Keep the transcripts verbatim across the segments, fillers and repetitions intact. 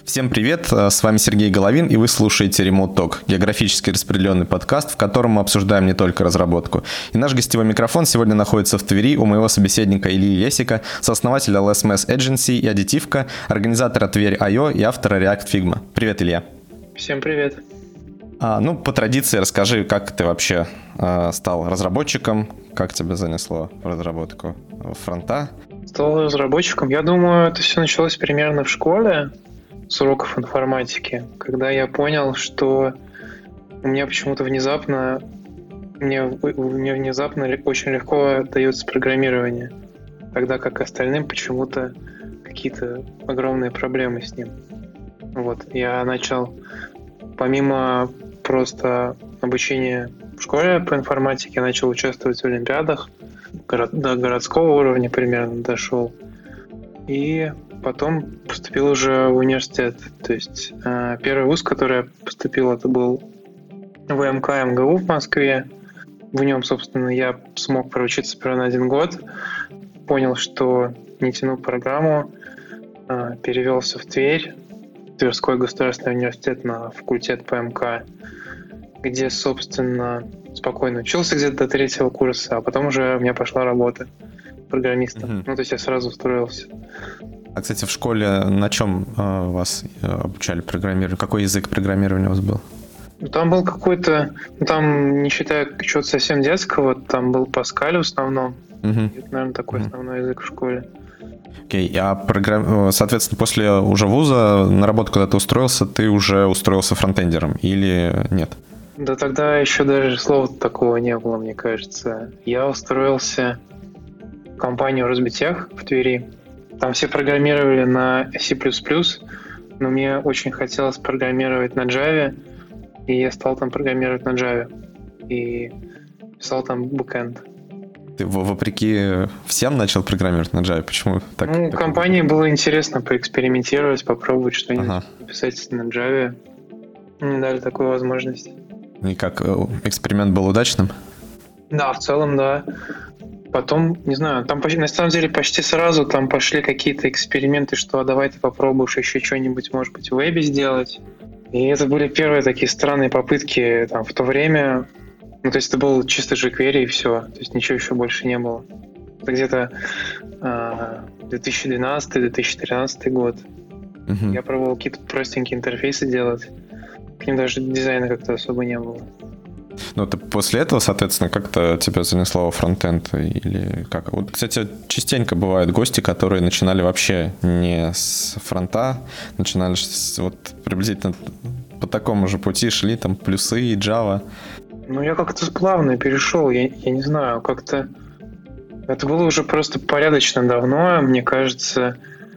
Всем привет, с вами Сергей Головин, и вы слушаете Remote Talk, географически распределенный подкаст, в котором мы обсуждаем не только разработку. И наш гостевой микрофон сегодня находится в Твери у моего собеседника Ильи Лесика, сооснователя эл эс эм эс Agency и Additivka, организатора Тверь точка ай о и автора React Figma. Привет, Илья. Всем привет. А, ну, по традиции расскажи, как ты вообще а, стал разработчиком, как тебя занесло в разработку фронта? Стал разработчиком. Я думаю, это все началось примерно в школе, с уроков информатики, когда я понял, что у меня почему-то внезапно мне, мне внезапно очень легко дается программирование, тогда как остальным почему-то какие-то огромные проблемы с ним. Вот, я начал, помимо просто обучения в школе по информатике, я начал участвовать в олимпиадах, до городского уровня примерно дошел, и потом поступил уже в университет. То есть э, первый вуз, который я поступил, это был вэ эм ка эм гэ у в Москве. В нем, собственно, я смог проучиться примерно один год. Понял, что не тяну программу. Э, перевелся в Тверь, Тверской государственный университет на факультет пэ эм ка, где, собственно, спокойно учился где-то до третьего курса, а потом уже у меня пошла работа программистом. Mm-hmm. Ну, то есть я сразу устроился. А, кстати, в школе на чем э, вас обучали программированию? Какой язык программирования у вас был? Там был какой-то, ну, там, не считая чего-то совсем детского, там был Паскаль в основном. Uh-huh. Это, наверное, такой uh-huh. основной язык в школе. Окей, okay. А, программ... соответственно, после уже вуза на работу, когда ты устроился, ты уже устроился фронтендером или нет? Да тогда еще даже слова такого не было, мне кажется. Я устроился в компанию Росбитех в Твери. Там все программировали на си плюс плюс, но мне очень хотелось программировать на Java, и я стал там программировать на Java. И писал там бэкэнд. Ты вопреки всем начал программировать на Java? Почему так? Ну, так компании было? было интересно поэкспериментировать, попробовать что-нибудь ага. написать на Java. Мне дали такую возможность. И как, эксперимент был удачным? Да, в целом, да. Потом, не знаю, там на самом деле почти сразу там пошли какие-то эксперименты, что а давай ты попробуешь еще что-нибудь, может быть, в вебе сделать. И это были первые такие странные попытки там в то время. Ну, то есть это был чисто jQuery и все. То есть ничего еще больше не было. Это где-то э, две тысячи двенадцатый - две тысячи тринадцатый год. Uh-huh. Я пробовал какие-то простенькие интерфейсы делать. К ним даже дизайна как-то особо не было. Ну, ты после этого, соответственно, как-то тебя занесло во фронтенд или как? Вот, кстати, частенько бывают гости, которые начинали вообще не с фронта, начинали с, вот приблизительно по такому же пути шли, там, плюсы и Java. Ну, я как-то плавно перешел, я, я не знаю, как-то... Это было уже просто порядочно давно, мне кажется.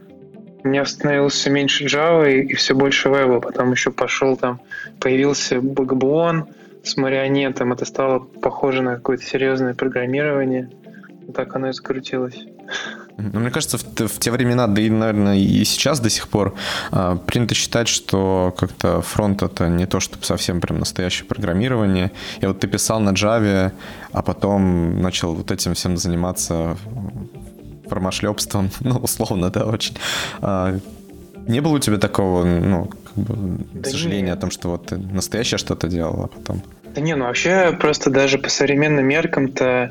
У меня становилось все меньше Java и, и все больше веба, потом еще пошел там, появился Backbone с марионетом, это стало похоже на какое-то серьезное программирование. Вот так оно и закрутилось. Ну, мне кажется, в, в те времена, да и, наверное, и сейчас до сих пор э, принято считать, что как-то фронт — это не то, чтобы совсем прям настоящее программирование. И вот ты писал на Java, а потом начал вот этим всем заниматься формашлепством, ну, условно, да, очень. А, не было у тебя такого, ну, как бы, да сожаления нет. О том, что вот ты настоящее что-то делал, а потом... Да не, ну вообще просто даже по современным меркам-то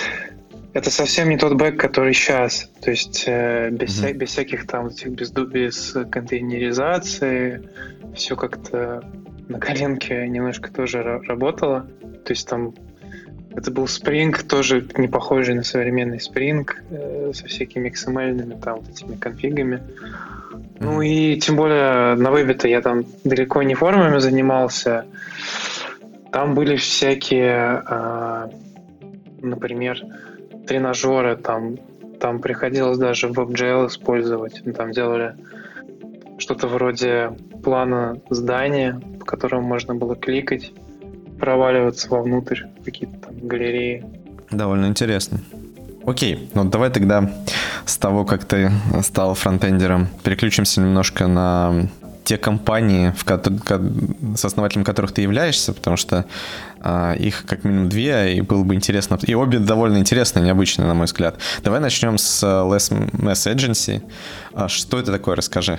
это совсем не тот бэк, который сейчас. То есть э, без, mm-hmm. вся, без всяких там этих, без, без контейнеризации, все как-то на коленке немножко тоже работало. То есть там это был Spring, тоже не похожий на современный Spring, э, со всякими икс эм эль-ными там вот этими конфигами. Mm-hmm. Ну и тем более на вебе-то я там далеко не формами занимался. Там были всякие, э, например, тренажеры, там, там приходилось даже WebGL использовать. Там делали что-то вроде плана здания, по которому можно было кликать, проваливаться вовнутрь, какие-то там галереи. Довольно интересно. Окей, ну давай тогда с того, как ты стал фронтендером, переключимся немножко на те компании, в ко- с основателем которых ты являешься, потому что а, их как минимум две, и было бы интересно, и обе довольно интересные, необычные, на мой взгляд. Давай начнем с эл эс эм эс Agency. А, что это такое, расскажи.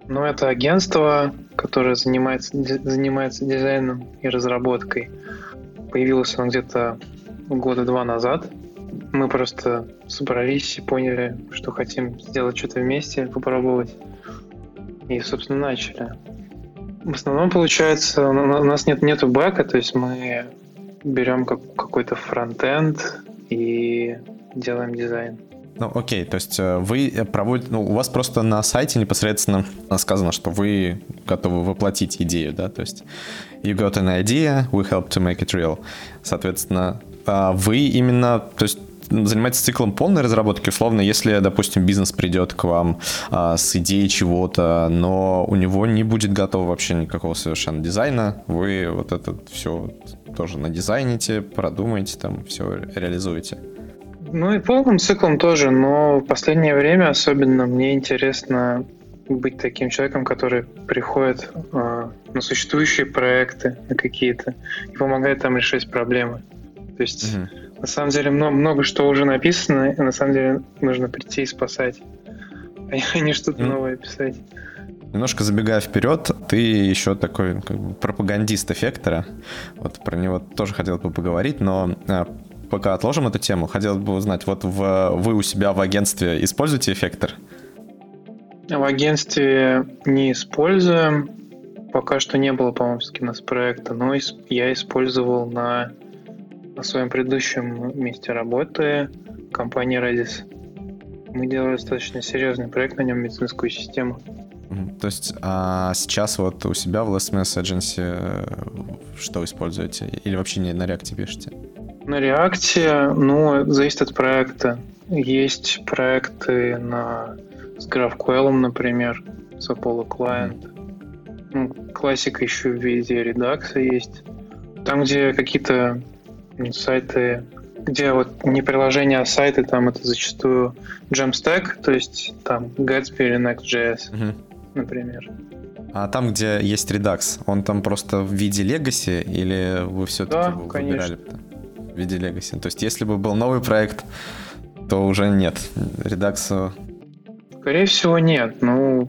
Ну, это агентство, которое занимается, занимается дизайном и разработкой. Появилось оно где-то года два назад. Мы просто собрались и поняли, что хотим сделать что-то вместе, попробовать. И, собственно, начали. В основном, получается, у нас нет, нету бэка, то есть мы берем как, какой-то фронтенд и делаем дизайн. Ну, окей, то есть вы проводите, ну, у вас просто на сайте непосредственно сказано, что вы готовы воплотить идею, да, то есть you got an idea, we help to make it real. Соответственно, вы именно, то есть занимаетесь циклом полной разработки, условно, если, допустим, бизнес придет к вам а, с идеей чего-то, но у него не будет готова вообще никакого совершенно дизайна, вы вот это все тоже надизайните, продумаете, там все реализуете. Ну и полным циклом тоже, но в последнее время особенно мне интересно быть таким человеком, который приходит э, на существующие проекты, на какие-то, и помогает там решать проблемы. То есть, угу. на самом деле, много, много что уже написано, и на самом деле нужно прийти и спасать, а не что-то mm. новое писать. Немножко забегая вперед, ты еще такой как бы пропагандист эффектора. Вот про него тоже хотел бы поговорить, но пока отложим эту тему, хотел бы узнать, вот в, вы у себя в агентстве используете эффектор? В агентстве не используем. Пока что не было, по-моему, у нас проекта, но я использовал на, на своем предыдущем месте работы компании Redis. Мы делали достаточно серьезный проект на нем, медицинскую систему. То есть а сейчас вот у себя в Last Mass Agency что используете? Или вообще не на React пишете? На React, ну, зависит от проекта. Есть проекты на, с GraphQL, например, с Apollo Client. Mm-hmm. Ну, классика еще в виде редакса есть. Там, где какие-то сайты, где вот не приложения, а сайты, там это зачастую Jamstack, то есть там Gatsby или Next.js, mm-hmm. например. А там, где есть Redux, он там просто в виде Legacy или вы все-таки да, его конечно. выбирали в виде Legacy? То есть если бы был новый проект, то уже нет. Redux... Скорее всего, нет. Ну,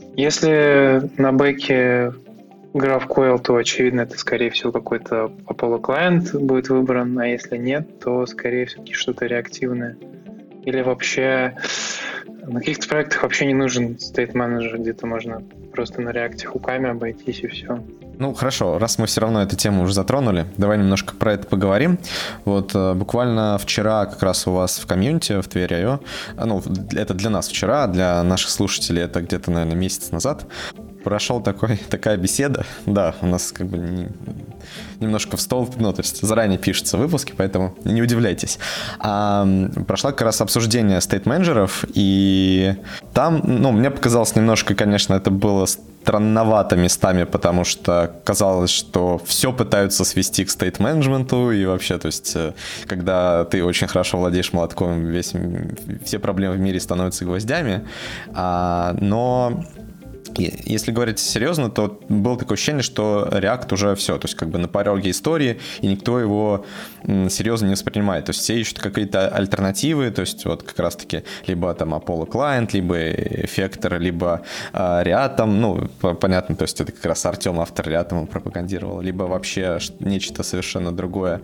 если на бэке GraphQL, то, очевидно, это, скорее всего, какой-то Apollo Client будет выбран, а если нет, то, скорее всего, что-то реактивное. Или вообще на каких-то проектах вообще не нужен state manager, где-то можно просто на React хуками обойтись и все. Ну, хорошо, раз мы все равно эту тему уже затронули, давай немножко про это поговорим. Вот буквально вчера как раз у вас в комьюнити в Твери точка ай о, ну, это для нас вчера, для наших слушателей это где-то, наверное, месяц назад, прошел такой, такая беседа. Да, у нас как бы не, немножко в стол, ну, то есть заранее пишутся выпуски, поэтому не удивляйтесь. А, прошла как раз обсуждение стейт-менеджеров, и там, ну, мне показалось немножко, конечно, это было странновато местами, потому что казалось, что все пытаются свести к стейт-менеджменту, и вообще, то есть, когда ты очень хорошо владеешь молотком, весь, все проблемы в мире становятся гвоздями, а, но... Если говорить серьезно, то было такое ощущение, что React уже все, то есть как бы на пороге истории, и никто его серьезно не воспринимает. То есть все ищут какие-то альтернативы, то есть вот как раз-таки либо там Apollo Client, либо Effector, либо э, React, ну, понятно, то есть это как раз Артем, автор React, пропагандировал, либо вообще нечто совершенно другое,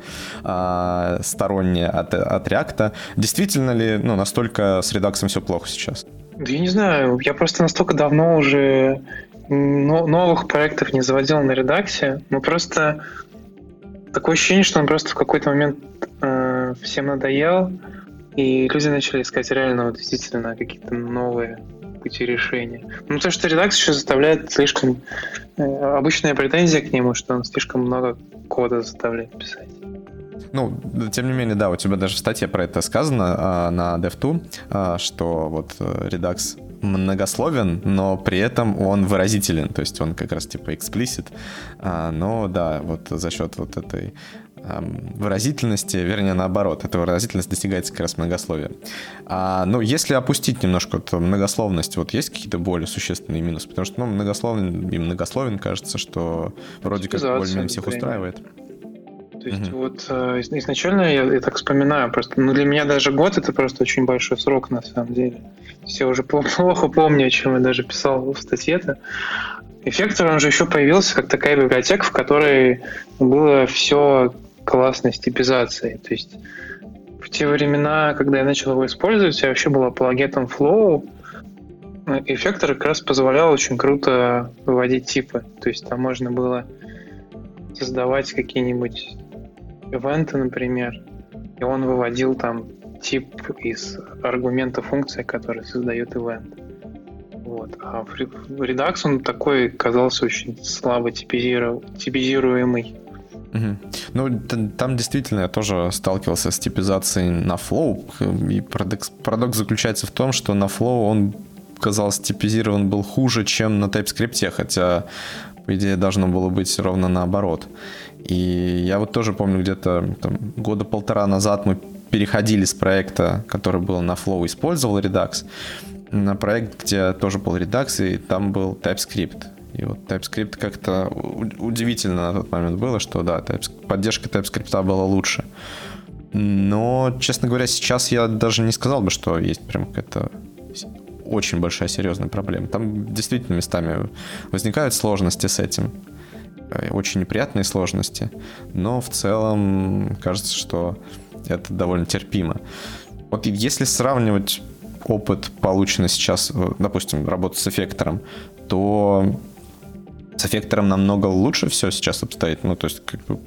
э, стороннее от, от React. Действительно ли, ну, настолько с Redux все плохо сейчас? Да я не знаю, я просто настолько давно уже новых проектов не заводил на редаксе, но просто такое ощущение, что он просто в какой-то момент э, всем надоел, и люди начали искать реально вот действительно какие-то новые пути решения. Ну, то, что редакс еще заставляет слишком... Э, обычная претензия к нему, что он слишком много кода заставляет писать. Ну, тем не менее, да, у тебя даже в статье про это сказано а, на дев ту, а, что вот Redux многословен, но при этом он выразителен, то есть он как раз типа explicit, а, но да, вот за счет вот этой а, выразительности, вернее наоборот, эта выразительность достигается как раз многословием. А, ну, если опустить немножко эту многословность, вот есть какие-то более существенные минусы, потому что, ну, многословен и многословен, кажется, что вроде как более-менее всех устраивает. То есть Мгм. вот э, из- изначально я, я так вспоминаю, просто, ну для меня даже год это просто очень большой срок на самом деле. То есть я уже пл- плохо помню, о чем я даже писал в статье-то. Эффектор, он же еще появился как такая библиотека, в которой было все классно с типизацией. То есть в те времена, когда я начал его использовать, я вообще был апологетом Flow. Эффектор как раз позволял очень круто выводить типы. То есть там можно было создавать какие-нибудь ивенты, например, и он выводил там тип из аргумента функции, который создает ивент. Вот. А в Ре- в Redux он такой казался очень слабо типизиру- типизируемый. Мгм. Ну, т- там действительно я тоже сталкивался с типизацией на Flow, и парадокс, парадокс заключается в том, что на Flow он, казалось, типизирован был хуже, чем на TypeScript, хотя, по идее, должно было быть ровно наоборот. И я вот тоже помню, где-то там, года полтора назад мы переходили с проекта, который был на Flow, использовал Redux, на проект, где тоже был Redux, и там был TypeScript. И вот TypeScript как-то у- удивительно на тот момент было, что да, TypeScript, поддержка TypeScript была лучше. Но, честно говоря, сейчас я даже не сказал бы, что есть прям какая-то с- очень большая серьезная проблема. Там действительно местами возникают сложности с этим. э, Очень неприятные сложности. Но в целом кажется, что это довольно терпимо. Вот и если сравнивать опыт, полученный сейчас, э, допустим, работу с эффектором, то с эффектором намного лучше все сейчас обстоит. Ну, то есть, как бы,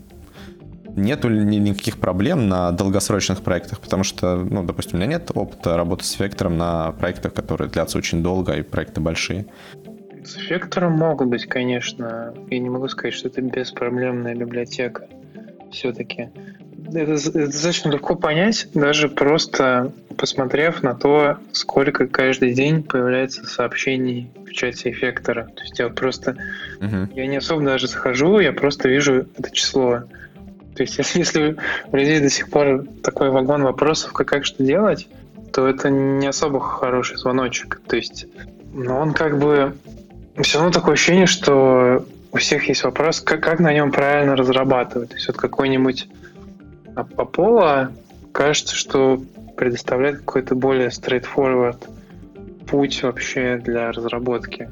нету ли ни- никаких проблем на долгосрочных проектах, потому что, ну, допустим, у меня нет опыта работы с эффектором на проектах, которые длятся очень долго, и проекты большие. С эффектором могут быть, конечно. Я не могу сказать, что это беспроблемная библиотека. Все-таки. Это, это достаточно легко понять, даже просто посмотрев на то, сколько каждый день появляется сообщений в чате эффектора. То есть я вот просто, Мгм. я не особо даже захожу, я просто вижу это число. То есть если, если у людей до сих пор такой вагон вопросов, как, как что делать, то это не особо хороший звоночек. То есть, но он как бы все равно такое ощущение, что у всех есть вопрос, как, как на нем правильно разрабатывать. То есть вот какой-нибудь Ап- Apollo кажется, что предоставляет какой-то более straightforward путь вообще для разработки.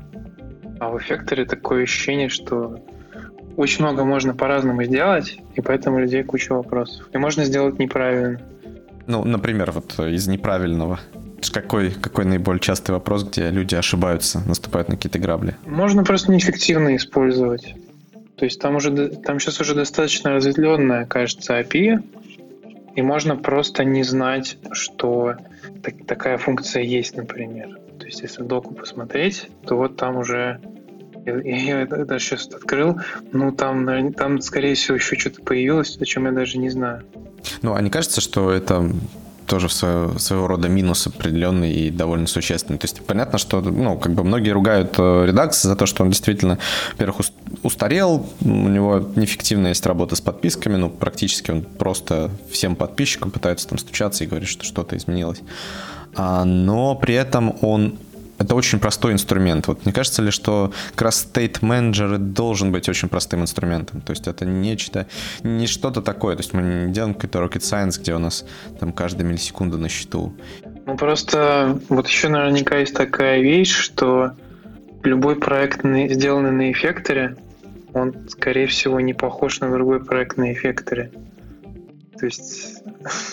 А в эффекторе такое ощущение, что очень много можно по-разному сделать, и поэтому у людей куча вопросов. И можно сделать неправильно. Ну, например, вот из неправильного. Какой, какой наиболее частый вопрос, где люди ошибаются, наступают на какие-то грабли? Можно просто неэффективно использовать. То есть там уже до- там сейчас уже достаточно разветвленная, кажется, эй пи ай, и можно просто не знать, что так- такая функция есть, например. То есть если доку посмотреть, то вот там уже я, я это даже сейчас открыл, ну там, наверно- там, скорее всего, еще что-то появилось, о чем я даже не знаю. Ну, а не кажется, что это тоже своего, своего рода минус определенный и довольно существенный? То есть понятно, что, ну, как бы многие ругают э, Redux за то, что он действительно, во-первых, ус- устарел, у него неэффективная есть работа с подписками, ну, практически он просто всем подписчикам пытается там стучаться и говорит, что что-то изменилось. А, но при этом он это очень простой инструмент. Вот не кажется ли, что как раз State Manager должен быть очень простым инструментом? То есть это нечто, не что-то такое. То есть мы не делаем какой-то rocket science, где у нас там каждая миллисекунда на счету. Ну просто вот еще наверняка есть такая вещь, что любой проект, на- сделанный на эффекторе, он, скорее всего, не похож на другой проект на эффекторе. То есть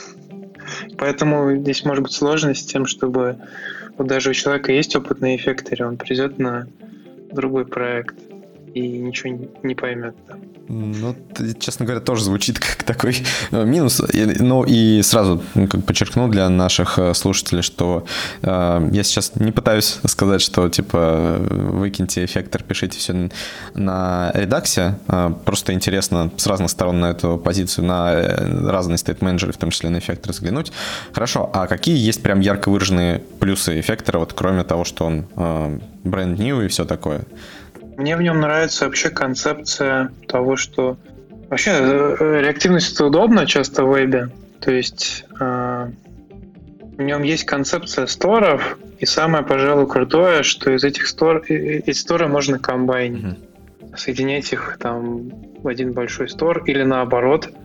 поэтому здесь может быть сложность с тем, чтобы вот даже у человека есть опыт на эффекторе, он придет на другой проект и ничего не, не поймет там. Ну, т- честно говоря, тоже звучит как такой э, минус. И- Ну и сразу ну, как подчеркну для наших э, слушателей, что э, я сейчас не пытаюсь сказать, что типа выкиньте эффектор, пишите все на редаксе. Э, просто интересно с разных сторон на эту позицию, на э, разные стейт-менеджеры, в том числе на эффектор взглянуть. Хорошо, а какие есть прям ярко выраженные плюсы эффектора, вот кроме того, что он э, brand new и все такое? Мне в нем нравится вообще концепция того, что вообще э, реактивность это удобно часто в вебе. То есть э, в нем есть концепция сторов, и самое, пожалуй, крутое, что из этих стор, э, э, эти сторы можно комбайнить. Мгм. Соединять их там в один большой стор или наоборот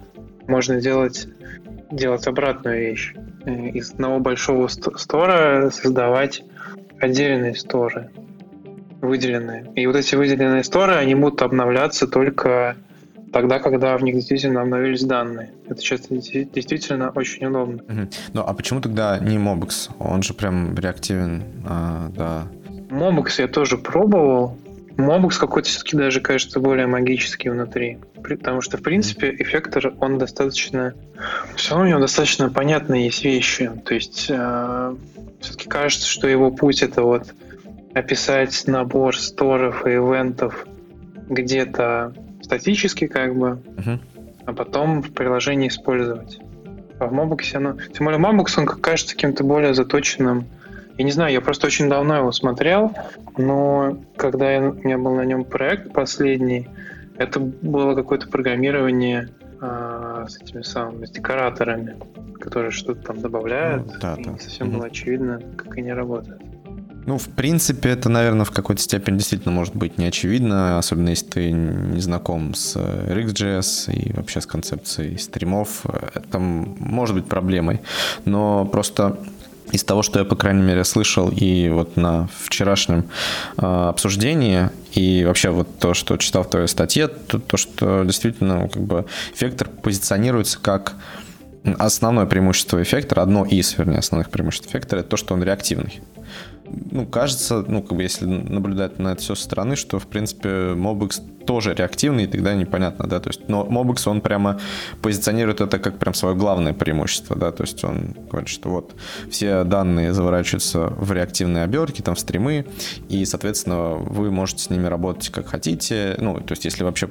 можно делать, делать обратную вещь. Из одного большого стора создавать отдельные сторы, выделенные. И вот эти выделенные сторы, они будут обновляться только тогда, когда в них действительно обновились данные. Это сейчас действительно очень удобно. Угу. Ну, а почему тогда не Mobix? Он же прям реактивен, а, да. Mobix я тоже пробовал. Mobix какой-то все-таки даже кажется более магический внутри. Потому что, в принципе, эффектор, он достаточно... Все равно у него достаточно понятные есть вещи. То есть э, все-таки кажется, что его путь — это вот описать набор сторов и ивентов где-то статически как бы, uh-huh. а потом в приложении использовать. А в Mobix, ну... Тем более Mobix, он кажется каким-то более заточенным. Я не знаю, я просто очень давно его смотрел, но когда я, у меня был на нем проект последний, это было какое-то программирование а, с этими самыми с декораторами, которые что-то там добавляют, ну, да, и да. не совсем угу. было очевидно, как они работают. Ну, в принципе, это, наверное, в какой-то степени действительно может быть не очевидно, особенно если ты не знаком с эр икс джей эс и вообще с концепцией стримов. Это может быть проблемой, но просто... Из того, что я, по крайней мере, слышал и вот на вчерашнем э, обсуждении, и вообще вот то, что читал в твоей статье, то, то что действительно как бы эффектор позиционируется как основное преимущество эффектора, одно из, вернее, основных преимуществ эффектора, это то, что он реактивный. Ну, кажется, ну, как бы если наблюдать на это все со стороны, что, в принципе, Mobix тоже реактивный, и тогда непонятно, да, то есть, но Mobix, он прямо позиционирует это как прям свое главное преимущество, да, то есть он говорит, что вот все данные заворачиваются в реактивные обертки, там, в стримы, и, соответственно, вы можете с ними работать как хотите, ну, то есть, если вообще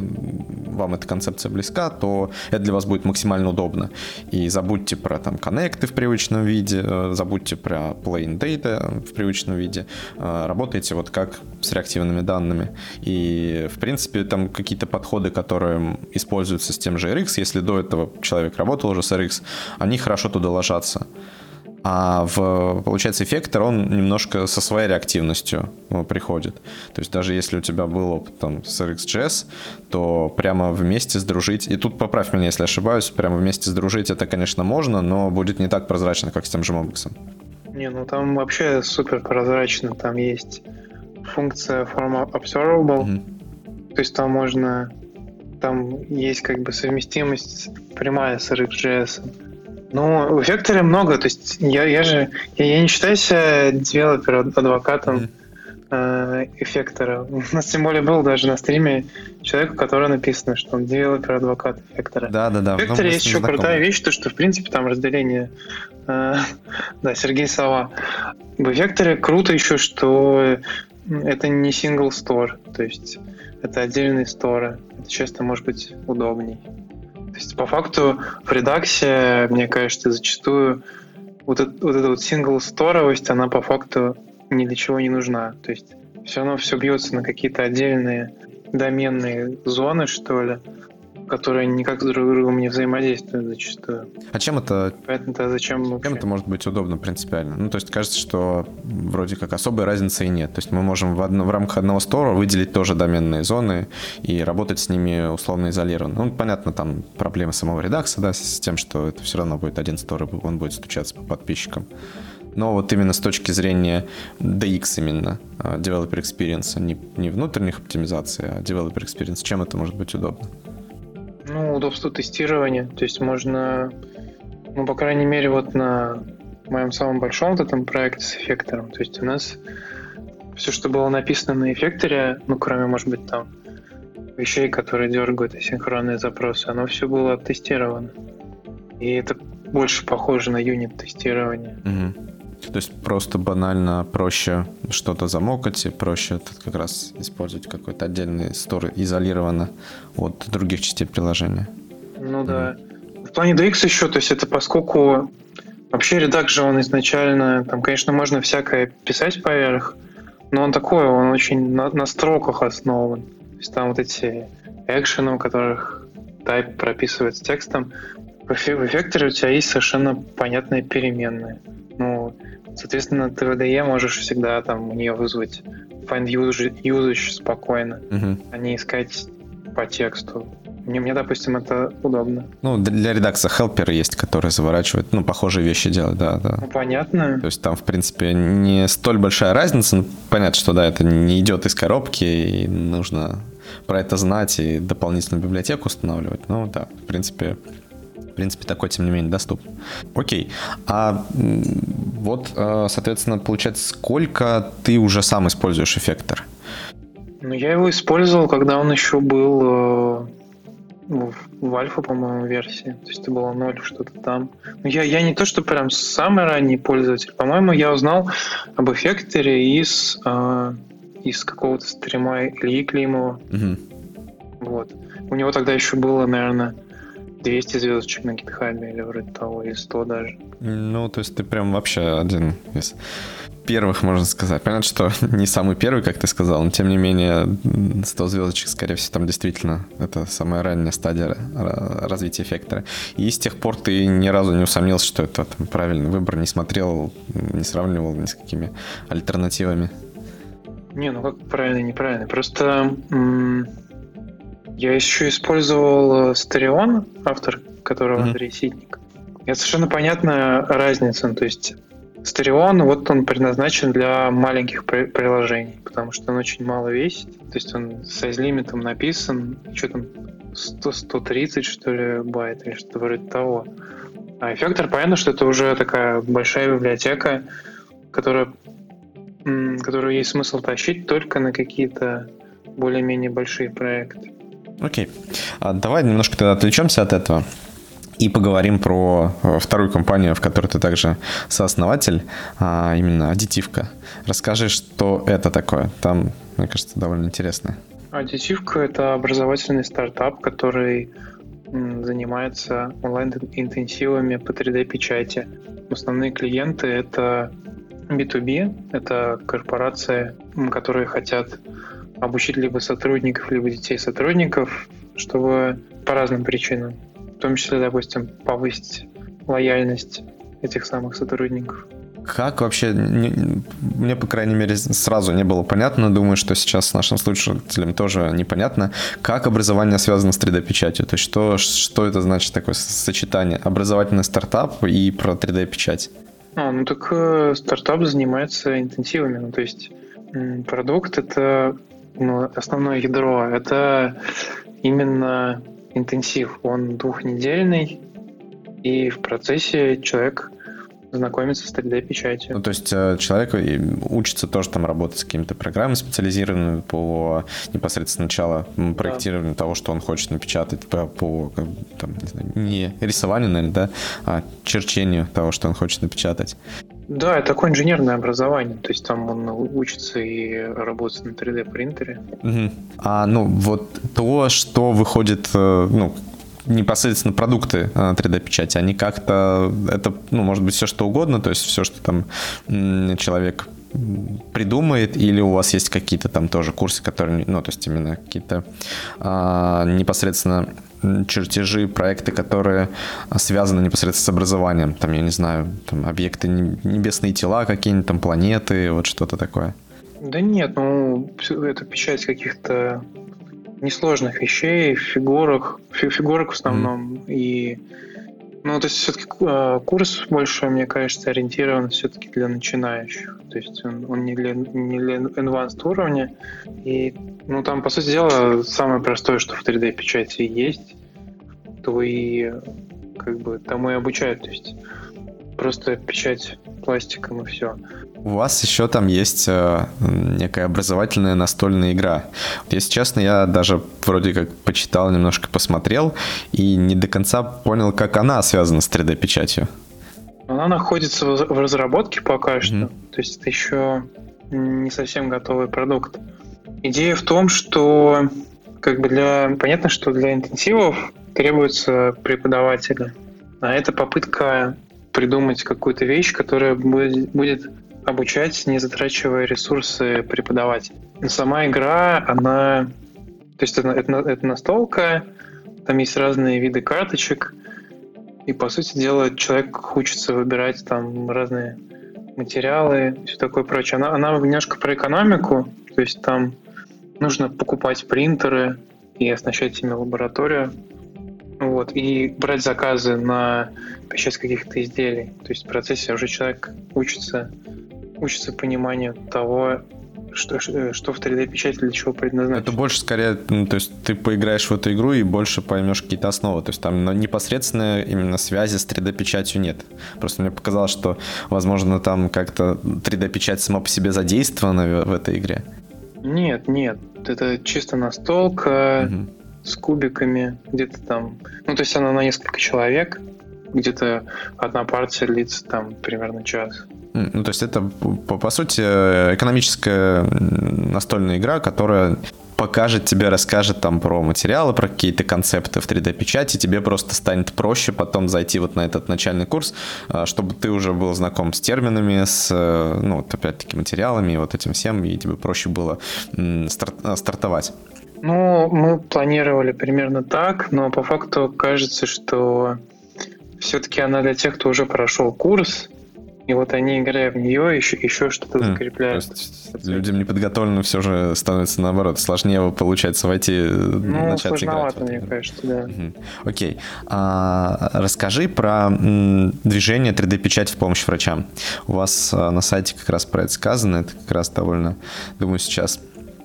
вам эта концепция близка, то это для вас будет максимально удобно, и забудьте про, там, коннекты в привычном виде, забудьте про plain data в привычном виде, работайте вот как с реактивными данными, и, в В принципе, там какие-то подходы, которые используются с тем же эр икс, если до этого человек работал уже с эр икс, они хорошо туда ложатся. А в, получается, эффектор, он немножко со своей реактивностью приходит. То есть даже если у тебя был опыт там, с эр икс джей эс, то прямо вместе сдружить, и тут поправь меня, если ошибаюсь, прямо вместе сдружить это, конечно, можно, но будет не так прозрачно, как с тем же Mobix. Не, ну там вообще супер прозрачно, там есть функция form observable, mm-hmm. То есть там можно, там есть как бы совместимость прямая с эр икс джей эс. Но в эффекторе много, то есть я, я же, я, я не считаю себя девелопер-адвокатом mm-hmm. э, эффектора. У нас тем более был даже на стриме человек, у которого написано, что он девелопер-адвокат эффектора. Да-да-да. В эффекторе есть еще знакомы. Крутая вещь, то что в принципе там разделение, э, да, Сергей Сова. В эффекторе круто еще, что это не single store, то есть это отдельные сторы. Это часто может быть удобней. То есть, по факту, в редаксе, мне кажется, зачастую вот, это, вот эта вот сингл-сторовость, она по факту ни для чего не нужна. То есть, все равно все бьется на какие-то отдельные доменные зоны, что ли, которые никак друг с другом не взаимодействуют зачастую. А чем это... Поэтому-то зачем вообще? Чем это может быть удобно принципиально? Ну, то есть кажется, что вроде как особой разницы и нет. То есть мы можем в, одно, в рамках одного стора выделить тоже доменные зоны и работать с ними условно изолированно. Ну, понятно, там проблемы самого редакса, да, с тем, что это все равно будет один стор, и он будет стучаться по подписчикам. Но вот именно с точки зрения ди икс именно, Developer Experience, не, не внутренних оптимизаций, а Developer Experience, чем это может быть удобно? Ну, удобство тестирования. То есть можно, ну, по крайней мере, вот на моем самом большом вот этом проекте с эффектором, то есть у нас все, что было написано на эффекторе, ну, кроме, может быть, там вещей, которые дергают асинхронные запросы, оно все было оттестировано. И это больше похоже на юнит-тестирование. Угу. То есть просто банально проще что-то замокать, и проще тут как раз использовать какой-то отдельный стор изолированно от других частей приложения. Ну mm-hmm. да. В плане ди икс еще, то есть это поскольку вообще редак же он изначально, там, конечно, можно всякое писать поверх, но он такой, он очень на, на строках основан. То есть там вот эти экшены, у которых type прописывается текстом. В эффекторе у тебя есть совершенно понятные переменные. Ну, соответственно, ти ви ди и можешь всегда там у нее вызвать find usage, usage спокойно, uh-huh. а не искать по тексту. Мне, мне, допустим, это удобно. Ну, для редакса хелперы есть, которые заворачивают, ну, похожие вещи делают, да, да. Ну, понятно. То есть там, в принципе, не столь большая разница. Ну, понятно, что, да, это не идет из коробки, и нужно про это знать и дополнительную библиотеку устанавливать. Ну, да, в принципе, в принципе, такой, тем не менее, доступен. Окей. А вот, соответственно, получается, сколько ты уже сам используешь эффектор? Ну, я его использовал, когда он еще был в, в альфа, по-моему, версии. То есть это было ноль, что-то там. Но я, я не то, что прям самый ранний пользователь. По-моему, я узнал об эффекторе из, э, из какого-то стрима Ильи Климова. Угу. Вот. У него тогда еще было, наверное, двести звездочек на гитхабе или вроде того, или сто даже. Ну, то есть ты прям вообще один из первых, можно сказать. Понятно, что не самый первый, как ты сказал, но тем не менее сто звездочек, скорее всего, там действительно это самая ранняя стадия развития эффектора. И с тех пор ты ни разу не усомнился, что это там правильный выбор, не смотрел, не сравнивал ни с какими альтернативами. Не, ну как правильный, неправильный. Просто м- я еще использовал Стереон, автор которого mm-hmm. Андрей Ситник. Это совершенно понятная разница. То есть Стереон, вот он предназначен для маленьких приложений, потому что он очень мало весит. То есть он с сайз-лимитом написан, что там, сто, сто тридцать, что ли, байт, или что-то вроде того. А эффектор, понятно, что это уже такая большая библиотека, которая, которую есть смысл тащить только на какие-то более-менее большие проекты. Окей. А давай немножко тогда отвлечемся от этого и поговорим про вторую компанию, в которой ты также сооснователь, а именно Аддитивка. Расскажи, что это такое. Там, мне кажется, довольно интересно. Аддитивка — это образовательный стартап, который занимается онлайн-интенсивами по три дэ-печати. Основные клиенты — это би ту би, это корпорации, которые хотят обучить либо сотрудников, либо детей сотрудников, чтобы по разным причинам, в том числе, допустим, повысить лояльность этих самых сотрудников. Как вообще, не, мне, по крайней мере, сразу не было понятно, думаю, что сейчас нашим слушателям тоже непонятно, как образование связано с три дэ-печатью, то есть что, что это значит такое сочетание, образовательный стартап и про три дэ-печать? А, ну так э, стартап занимается интенсивами, ну то есть м, продукт — это ну, основное ядро, это именно интенсив, он двухнедельный, и в процессе человек знакомиться с три дэ-печатью. Ну, то есть человек учится тоже там работать с какими-то программами специализированными по непосредственно начала проектирования да. того, что он хочет напечатать, по, по там, не знаю, не рисованию, наверное, да, а черчению того, что он хочет напечатать. Да, это такое инженерное образование, то есть там он учится и работает на три дэ-принтере. Угу. А, ну, вот то, что выходит, ну, непосредственно продукты три дэ-печати, они как-то, это, ну, может быть, все что угодно, то есть все, что там человек придумает, или у вас есть какие-то там тоже курсы, которые, ну, то есть именно какие-то а, непосредственно чертежи, проекты, которые связаны непосредственно с образованием, там, я не знаю, там, объекты, небесные тела какие-нибудь, там, планеты, вот что-то такое. Да нет, ну, это печать каких-то несложных вещей, фигурок, фигурок в основном. Mm. И, ну, то есть все-таки курс больше, мне кажется, ориентирован все-таки для начинающих. То есть он, он не, для, не для advanced уровня. И, ну, там, по сути дела, самое простое, что в три дэ-печати есть, то и как бы тому и обучают. То есть просто печать пластиком и все. У вас еще там есть э, некая образовательная настольная игра. Если честно, я даже вроде как почитал, немножко посмотрел и не до конца понял, как она связана с три дэ-печатью. Она находится в разработке пока что. Mm-hmm. То есть это еще не совсем готовый продукт. Идея в том, что как бы для... понятно, что для интенсивов требуются преподаватели. А это попытка придумать какую-то вещь, которая будет, будет обучать, не затрачивая ресурсы преподавателя. Но сама игра, она... То есть это, это, это настолка, там есть разные виды карточек, и, по сути дела, человек учится выбирать там разные материалы и все такое прочее. Она, она немножко про экономику, то есть там нужно покупать принтеры, и оснащать ими лабораторию. Вот, и брать заказы на печать каких-то изделий. То есть в процессе уже человек учится, учится пониманию того, что, что в три дэ-печати для чего предназначено. Это больше скорее, ну, то есть ты поиграешь в эту игру и больше поймешь какие-то основы. То есть там непосредственно именно связи с три дэ-печатью нет. Просто мне показалось, что, возможно, там как-то три дэ-печать сама по себе задействована в этой игре. Нет, нет. Это чисто настолка угу. с кубиками. Где-то там... Ну, то есть она на несколько человек. Где-то одна партия длится там примерно час. Ну, то есть это, по, по сути, экономическая настольная игра, которая покажет тебе, расскажет там про материалы, про какие-то концепты в три дэ-печати, тебе просто станет проще потом зайти вот на этот начальный курс, чтобы ты уже был знаком с терминами, с, ну, вот опять-таки, материалами и вот этим всем, и тебе проще было старт, стартовать. Ну, мы планировали примерно так, но по факту кажется, что все-таки она для тех, кто уже прошел курс, и вот они, играя в нее, еще, еще что-то mm, закрепляют. То есть людям неподготовленным все же становится наоборот сложнее, получается, войти, ну, начать играть. Ну, сложновато, мне кажется, да. Mm-hmm. Окей. А, расскажи про м, движение три дэ-печати в помощь врачам. У вас а, на сайте как раз про это сказано, это как раз довольно, думаю, сейчас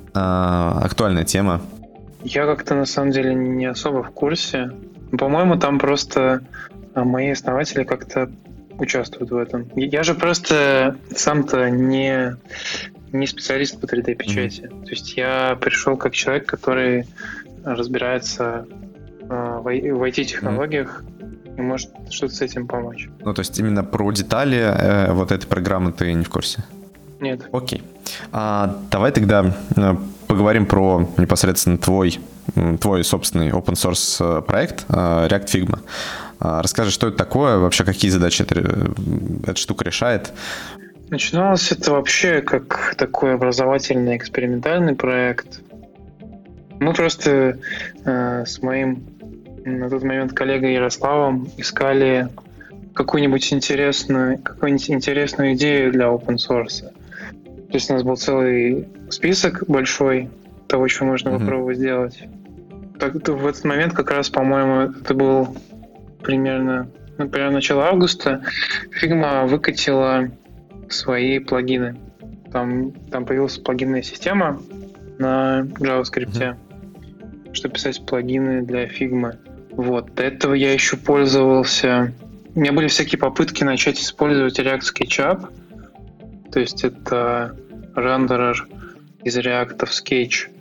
а, актуальная тема. Я как-то, на самом деле, не особо в курсе. По-моему, там просто мои основатели как-то участвуют в этом. Я же просто сам-то не, не специалист по три дэ-печати. Mm-hmm. То есть я пришел как человек, который разбирается э, в ай ти-технологиях mm-hmm. и может что-то с этим помочь. Ну, то есть именно про детали э, вот этой программы ты не в курсе? Нет. Окей. А, давай тогда поговорим про непосредственно твой, твой собственный open source проект React Figma. Расскажи, что это такое, вообще какие задачи это, эта штука решает? Начиналось это вообще как такой образовательный экспериментальный проект. Мы просто э, с моим на тот момент коллегой Ярославом искали какую-нибудь интересную, какую-нибудь интересную идею для open source. То есть у нас был целый список большой того, что можно mm-hmm. попробовать сделать. Так, в этот момент как раз, по-моему, это был примерно, например, начало августа, Figma выкатила свои плагины. Там, там появилась плагинная система на JavaScript, mm-hmm. чтобы писать плагины для Figma. Вот. До этого я еще пользовался... У меня были всякие попытки начать использовать React SketchUp. То есть это рендерер из React в Sketch.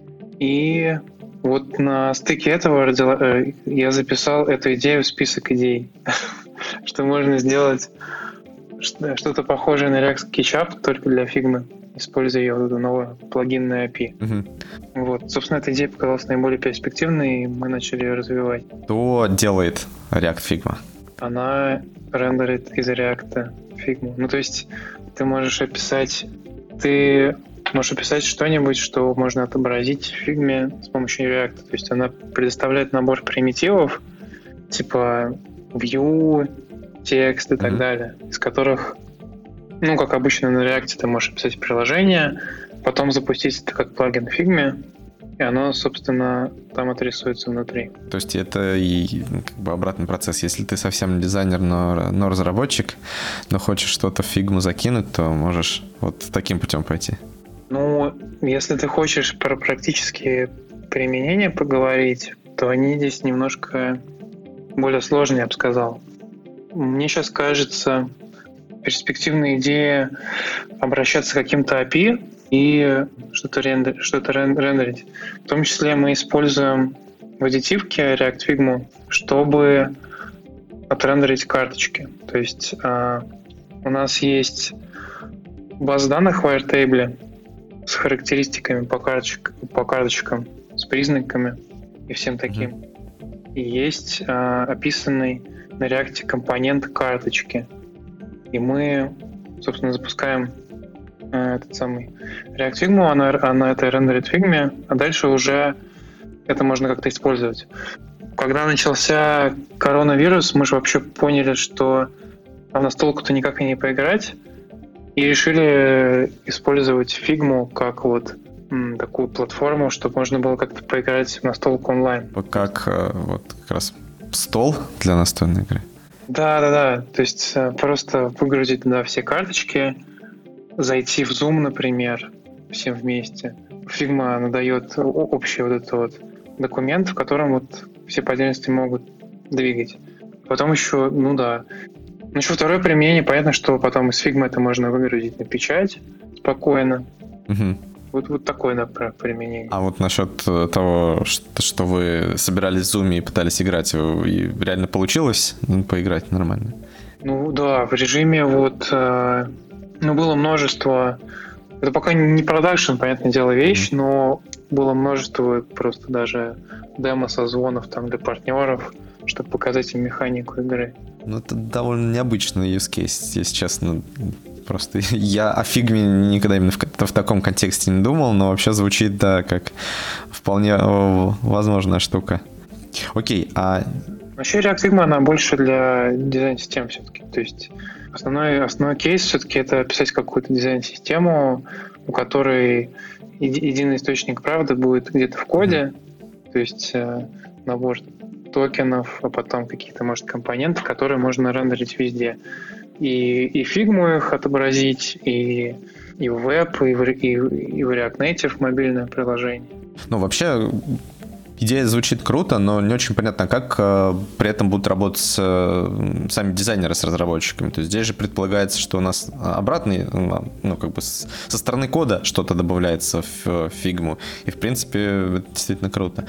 И вот на стыке этого родила, э, я записал эту идею в список идей, что можно сделать что-то похожее на React SketchUp, только для Figma, используя ее вот эту новую плагинную эй пи ай. Uh-huh. Вот. Собственно, эта идея показалась наиболее перспективной, и мы начали ее развивать. Что делает React Figma? Она рендерит из React Figma. Ну, то есть ты можешь описать... Ты можешь описать что-нибудь, что можно отобразить в Figma с помощью React. То есть она предоставляет набор примитивов, типа view, текст и mm-hmm. так далее, из которых, ну, как обычно на React, ты можешь описать приложение, потом запустить это как плагин в Figma, и оно, собственно, там отрисуется внутри. То есть это и как бы обратный процесс. Если ты совсем не дизайнер, но, но разработчик, но хочешь что-то в Figma закинуть, то можешь вот таким путем пойти. Ну, если ты хочешь про практические применения поговорить, то они здесь немножко более сложные, я бы сказал. Мне сейчас кажется перспективная идея обращаться к каким-то эй пи ай и что-то, рендер, что-то рендерить. В том числе мы используем в аддитивке React Figma, чтобы отрендерить карточки. То есть э, у нас есть база данных в Airtable с характеристиками по, карточек, по карточкам, с признаками и всем таким. Mm-hmm. И есть э, описанный на React компонент карточки. И мы, собственно, запускаем э, этот самый React Figma, она, она это рендерит в Figma, а дальше уже это можно как-то использовать. Когда начался коронавирус, мы же вообще поняли, что а в настолку-то никак и не поиграть, и решили использовать Figma как вот м, такую платформу, чтобы можно было как-то поиграть в настолку онлайн. Как э, вот как раз стол для настольной игры. Да-да-да, то есть э, просто выгрузить туда все карточки, зайти в Zoom, например, всем вместе. Figma она дает о- общий вот этот вот документ, в котором вот все по отдельности могут двигать. Потом еще, ну да. Ну еще второе применение, понятно, что потом из Figma это можно выгрузить на печать спокойно. Мгм. Вот, вот такое, например, применение. А вот насчет э, того, что, что вы собирались в Zoom и пытались играть, э, и реально получилось ну, поиграть нормально? Ну да, в режиме вот, э, ну было множество, это пока не продакшн, понятное дело, вещь, Мгм. но было множество просто даже демо-созвонов там для партнеров, чтобы показать им механику игры. Ну, это довольно необычный use case, если честно. Просто я о фигме никогда именно в, в таком контексте не думал, но вообще звучит, да, как вполне о, возможная штука. Окей, а... Вообще React Figma, она больше для дизайн-систем все-таки. То есть основной, основной кейс все-таки это писать какую-то дизайн-систему, у которой еди- единый источник правды будет где-то в коде, то есть э, набор токенов, а потом какие-то, может, компоненты, которые можно рендерить везде. И, и фигму их отобразить, и, и в веб, и в, и, и в React Native мобильное приложение. Ну, вообще, идея звучит круто, но не очень понятно, как э, при этом будут работать э, сами дизайнеры с разработчиками. То есть здесь же предполагается, что у нас обратный, ну, как бы с, со стороны кода что-то добавляется в фигму. И, в принципе, это действительно круто.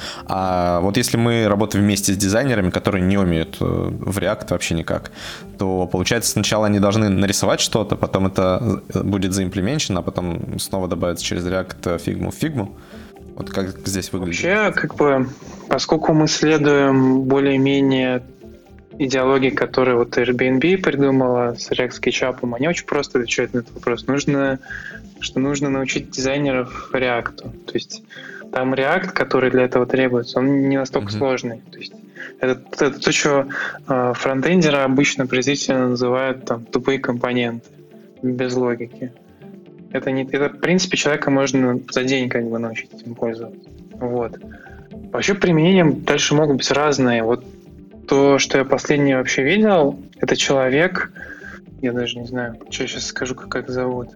А вот если мы работаем вместе с дизайнерами, которые не умеют э, в React вообще никак, то, получается, сначала они должны нарисовать что-то, потом это будет заимплементировано, а потом снова добавится через React фигму в фигму. Вот как здесь выглядит? Вообще, как бы, поскольку мы следуем более-менее идеологии, которую вот Airbnb придумала с React SketchUp, они очень просто отвечают на этот вопрос. Нужно, что нужно научить дизайнеров React. То есть там React, который для этого требуется, он не настолько mm-hmm. сложный. То есть это, это то, что э, фронтендеры обычно презрительно называют там тупые компоненты без логики. Это, не, это, в принципе, человека можно за день как бы научить этим пользоваться. Вот. Вообще применения дальше могут быть разные. Вот то, что я последнее вообще видел, это человек, я даже не знаю, что я сейчас скажу, как, как зовут.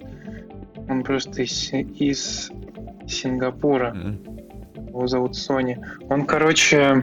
Он просто из, из Сингапура. Mm-hmm. Его зовут Сони. Он, короче,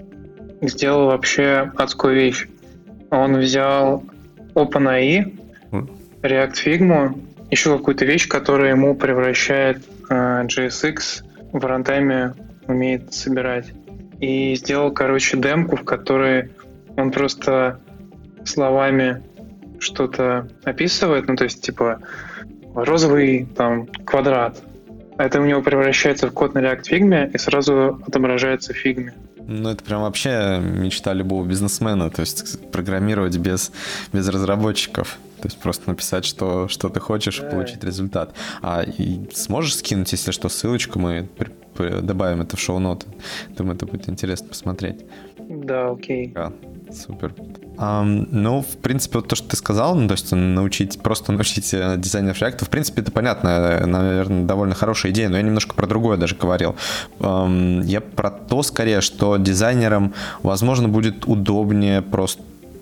сделал вообще адскую вещь. Он взял OpenAI, mm-hmm. React Figma, еще какую-то вещь, которая ему превращает э, джей эс икс в рантайме умеет собирать. И сделал, короче, демку, в которой он просто словами что-то описывает, ну, то есть, типа, розовый там квадрат. Это у него превращается в код на React Figma и сразу отображается в Figma. Ну, это прям вообще мечта любого бизнесмена, то есть программировать без, без разработчиков. То есть просто написать, что, что ты хочешь, да. Получить результат. А и сможешь скинуть, если что, ссылочку, мы при, при, добавим это в шоу-ноты. Думаю, это будет интересно посмотреть. Да, окей. Да, супер. Um, ну, в принципе, вот то, что ты сказал, ну, то есть научить, просто научить дизайнеров React, в принципе, это понятно, наверное, довольно хорошая идея, но я немножко про другое даже говорил. Um, я про то, скорее, что дизайнерам, возможно, будет удобнее просто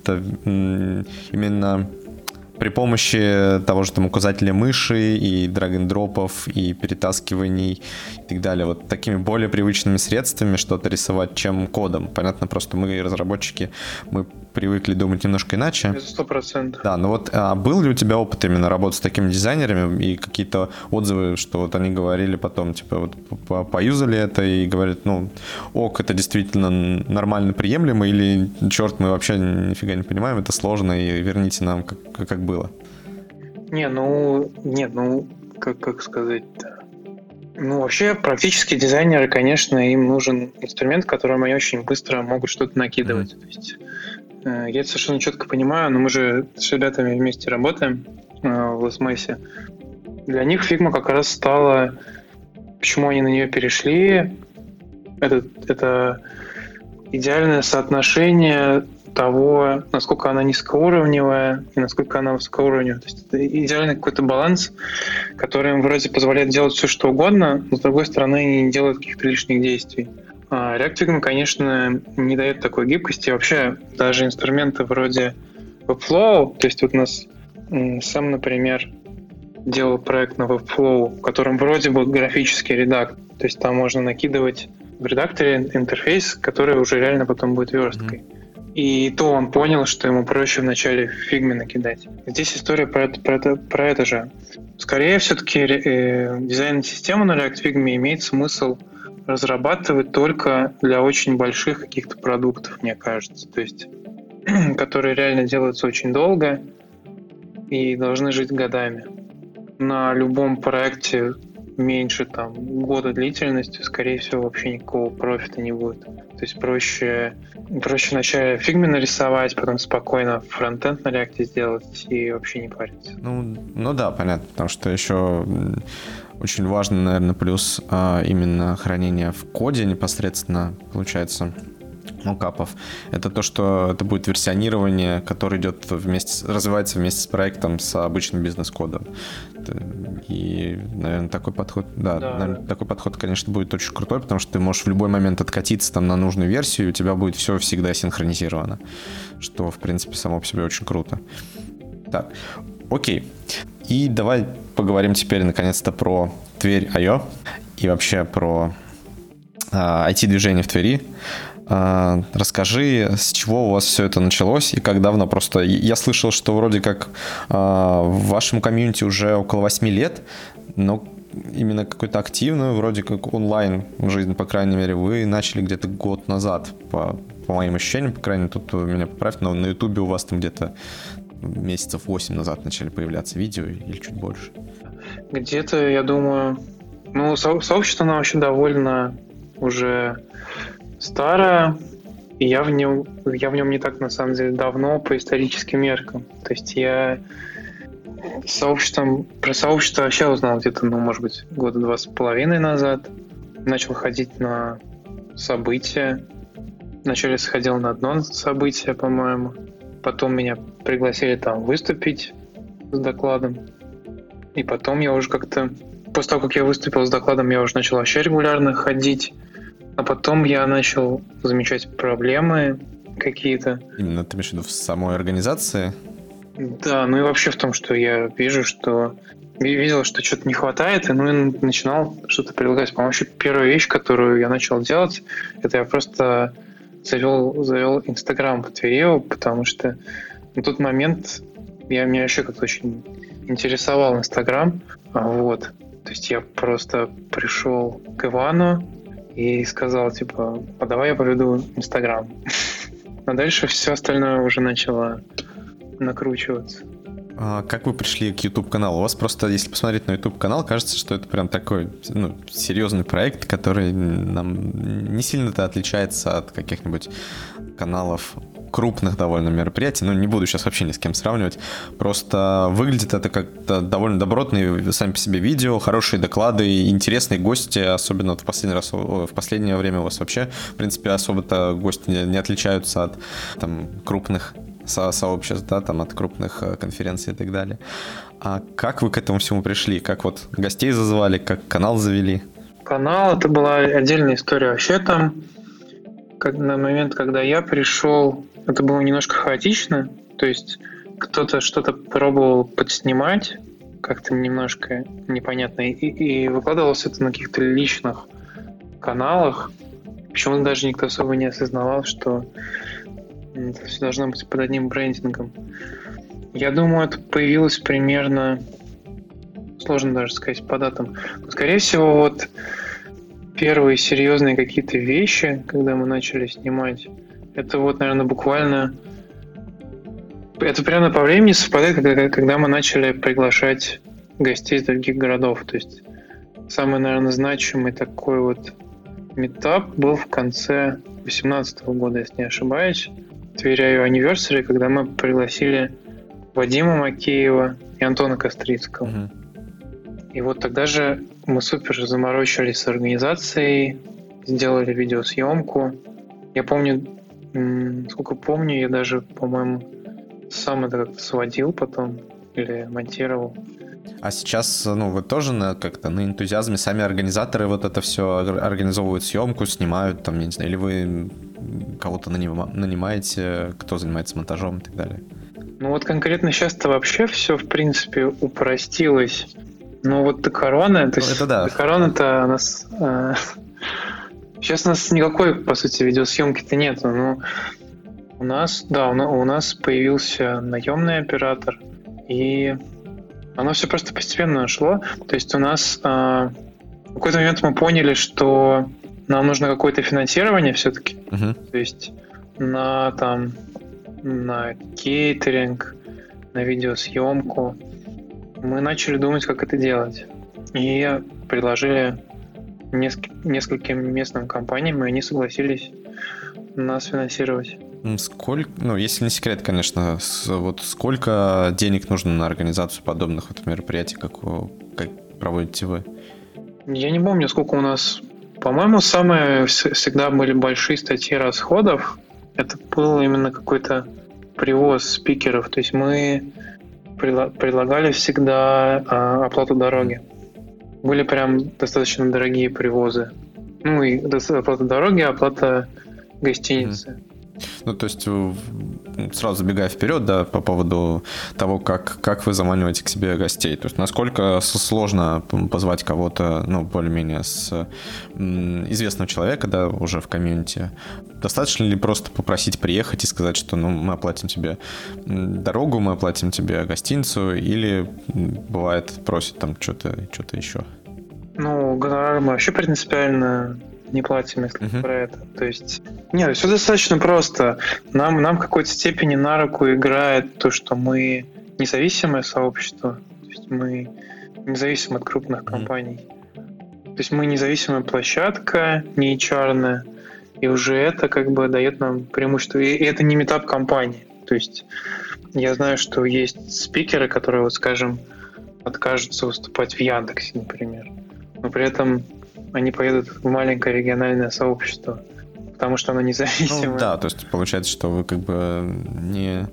м- именно при помощи того же там указателя мыши и драг-н-дропов, и перетаскиваний и так далее, вот такими более привычными средствами что-то рисовать, чем кодом. Понятно, просто мы, разработчики, мы привыкли думать немножко иначе. Сто процентов. Да, но вот а был ли у тебя опыт именно работы с такими дизайнерами и какие-то отзывы, что вот они говорили потом, типа, вот поюзали это и говорят, ну, ок, это действительно нормально приемлемо, или черт, мы вообще нифига не понимаем, это сложно, и верните нам, как, как было. Не, ну, нет, ну, как, как сказать-то? Ну, вообще, практически дизайнеры, конечно, им нужен инструмент, которым они очень быстро могут что-то накидывать. Mm-hmm. То есть э, я это совершенно четко понимаю, но мы же с ребятами вместе работаем э, в Лесмесе. Для них Figma как раз стала... Почему они на нее перешли? Это, это идеальное соотношение того, насколько она низкоуровневая и насколько она высокоуровневая. То есть это идеальный какой-то баланс, который им вроде позволяет делать все, что угодно, но с другой стороны не делает каких-то лишних действий. А React Figma, конечно, не дает такой гибкости. Вообще даже инструменты вроде Webflow, то есть вот у нас сам, например, делал проект на Webflow, в котором вроде бы графический редактор, то есть там можно накидывать в редакторе интерфейс, который уже реально потом будет версткой. Mm-hmm. И то он понял, что ему проще вначале в фигме накидать. Здесь история про это, про это, про это же. Скорее, все-таки э, дизайн-систему на React Figma имеет смысл разрабатывать только для очень больших каких-то продуктов, мне кажется. То есть, которые реально делаются очень долго и должны жить годами. На любом проекте меньше там года длительности, скорее всего, вообще никакого профита не будет. То есть проще, проще вначале в фигме нарисовать, потом спокойно фронтенд на React сделать и вообще не париться. Ну, ну да, понятно, потому что еще очень важно, наверное, плюс а, именно хранение в коде непосредственно, получается, мокапов. Это то, что это будет версионирование, которое идет вместе, развивается вместе с проектом, с обычным бизнес-кодом. И, наверное, такой подход, да, да. Наверное, такой подход, конечно, будет очень крутой, потому что ты можешь в любой момент откатиться там на нужную версию, и у тебя будет все всегда синхронизировано, что, в принципе, само по себе очень круто. Так, окей. И давай поговорим теперь, наконец-то, про Тверь точка ай о и вообще про а, ай ти-движение в Твери. Uh, расскажи, с чего у вас все это началось и как давно. Просто я слышал, что вроде как uh, в вашем комьюнити уже около восьми лет, но именно какую-то активную, вроде как онлайн жизнь, по крайней мере, вы начали где-то год назад, по, по моим ощущениям, по крайней мере, тут меня поправь, но на Ютубе у вас там где-то месяцев восемь назад начали появляться видео или чуть больше. Где-то, я думаю, ну, со- сообщество, оно вообще довольно уже старое, и я в нем, я в нем не так, на самом деле, давно по историческим меркам. То есть я сообществом, про сообщество вообще узнал где-то, ну, может быть, года два с половиной назад. Начал ходить на события. Вначале сходил на одно событие, по-моему. Потом меня пригласили там выступить с докладом. И потом я уже как-то... После того, как я выступил с докладом, я уже начал вообще регулярно ходить. А потом я начал замечать проблемы какие-то. Именно ты имеешь в виду в самой организации? Да, ну и вообще в том, что я вижу, что... Видел, что что-то не хватает, и ну и начинал что-то предлагать. По-моему, вообще первая вещь, которую я начал делать, это я просто завел, завел Инстаграм по Твери, потому что на тот момент я, меня вообще как-то очень интересовал Инстаграм. Вот. То есть я просто пришел к Ивану и сказал, типа, а давай я поведу Инстаграм. А дальше все остальное уже начало накручиваться. А как вы пришли к YouTube-каналу? У вас просто, если посмотреть на YouTube-канал, кажется, что это прям такой, ну, серьезный проект, который нам не сильно-то отличается от каких-нибудь каналов крупных довольно мероприятий. Ну, не буду сейчас вообще ни с кем сравнивать. Просто выглядит это как-то довольно добротные сами по себе видео, хорошие доклады, интересные гости, особенно вот в последний раз, в последнее время у вас вообще, в принципе, особо-то гости не, не отличаются от там крупных со- сообществ, да, там от крупных конференций и так далее. А как вы к этому всему пришли? Как вот гостей зазвали, как канал завели? Канал — это была отдельная история. Вообще там, как на момент, когда я пришел, это было немножко хаотично. То есть кто-то что-то пробовал подснимать, как-то немножко непонятно, и, и выкладывалось это на каких-то личных каналах. Почему даже никто особо не осознавал, что это все должно быть под одним брендингом. Я думаю, это появилось примерно, сложно даже сказать по датам, но, скорее всего, вот первые серьезные какие-то вещи, когда мы начали снимать, это вот, наверное, буквально... Это прямо по времени совпадает, когда, когда мы начали приглашать гостей из других городов. То есть самый, наверное, значимый такой вот митап был в конце две тысячи восемнадцатого года, если не ошибаюсь. Тверь точка ай о Anniversary, когда мы пригласили Вадима Макеева и Антона Кострицкого. Mm-hmm. И вот тогда же мы супер заморочились с организацией, сделали видеосъемку. Я помню, Сколько помню, я даже, по-моему, сам это как-то сводил потом или монтировал. А сейчас, ну, вы тоже на, как-то на энтузиазме, сами организаторы вот это все организовывают съемку, снимают, там, я не знаю, или вы кого-то нанимаете, кто занимается монтажом и так далее? Ну вот конкретно сейчас-то вообще все, в принципе, упростилось. Ну вот до короны, то ну, есть это да. до короны-то у нас... Э, сейчас у нас никакой, по сути, видеосъемки-то нету. Но у нас, да, у, у нас появился наемный оператор, и оно все просто постепенно шло. То есть у нас э, в какой-то момент мы поняли, что нам нужно какое-то финансирование все-таки. Uh-huh. То есть на там на кейтеринг, на видеосъемку. Мы начали думать, как это делать. И предложили неск- нескольким местным компаниям, и они согласились нас финансировать. Сколько, ну, если не секрет, конечно, с, вот сколько денег нужно на организацию подобных вот мероприятий, как, как проводите вы? Я не помню, сколько у нас. По-моему, самые всегда были большие статьи расходов. Это был именно какой-то привоз спикеров. То есть мы предлагали всегда а, оплату дороги. Были прям достаточно дорогие привозы. Ну и оплата дороги, оплата гостиницы. Mm-hmm. Ну, то есть, сразу забегая вперед, да, по поводу того, как, как вы заманиваете к себе гостей. То есть, насколько сложно позвать кого-то, ну, более-менее с м, известного человека, да, уже в комьюнити. Достаточно ли просто попросить приехать и сказать, что, ну, мы оплатим тебе дорогу, мы оплатим тебе гостиницу, или бывает просят там что-то, что-то еще? Ну, гонорар мы вообще принципиально не платим, если uh-huh. про это. То есть, нет, все достаточно просто. Нам, нам в какой-то степени на руку играет то, что мы независимое сообщество. То есть мы не зависим от крупных uh-huh. компаний. То есть мы независимая площадка, не эйч ар-ная, и уже это как бы дает нам преимущество. И это не митап компании. То есть я знаю, что есть спикеры, которые, вот скажем, откажутся выступать в Яндексе, например. Но при этом они поедут в маленькое региональное сообщество, потому что оно независимое. Ну, да, то есть получается, что вы как бы не,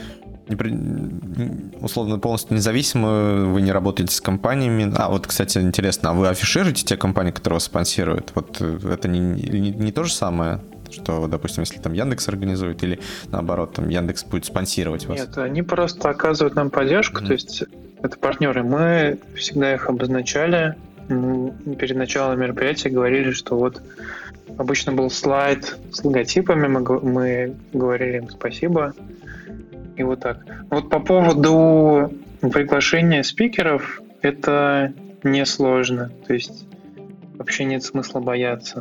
не условно полностью независимы, вы не работаете с компаниями. А вот, кстати, интересно, а вы афишируете те компании, которые вас спонсируют? Вот это не, не, не то же самое, что, допустим, если там Яндекс организует, или наоборот, там Яндекс будет спонсировать вас? Нет, они просто оказывают нам поддержку, mm-hmm. то есть это партнеры. Мы всегда их обозначали. Перед началом мероприятия говорили, что вот обычно был слайд с логотипами, мы, мы говорили им спасибо, и вот так. Вот по поводу приглашения спикеров, это несложно, то есть вообще нет смысла бояться.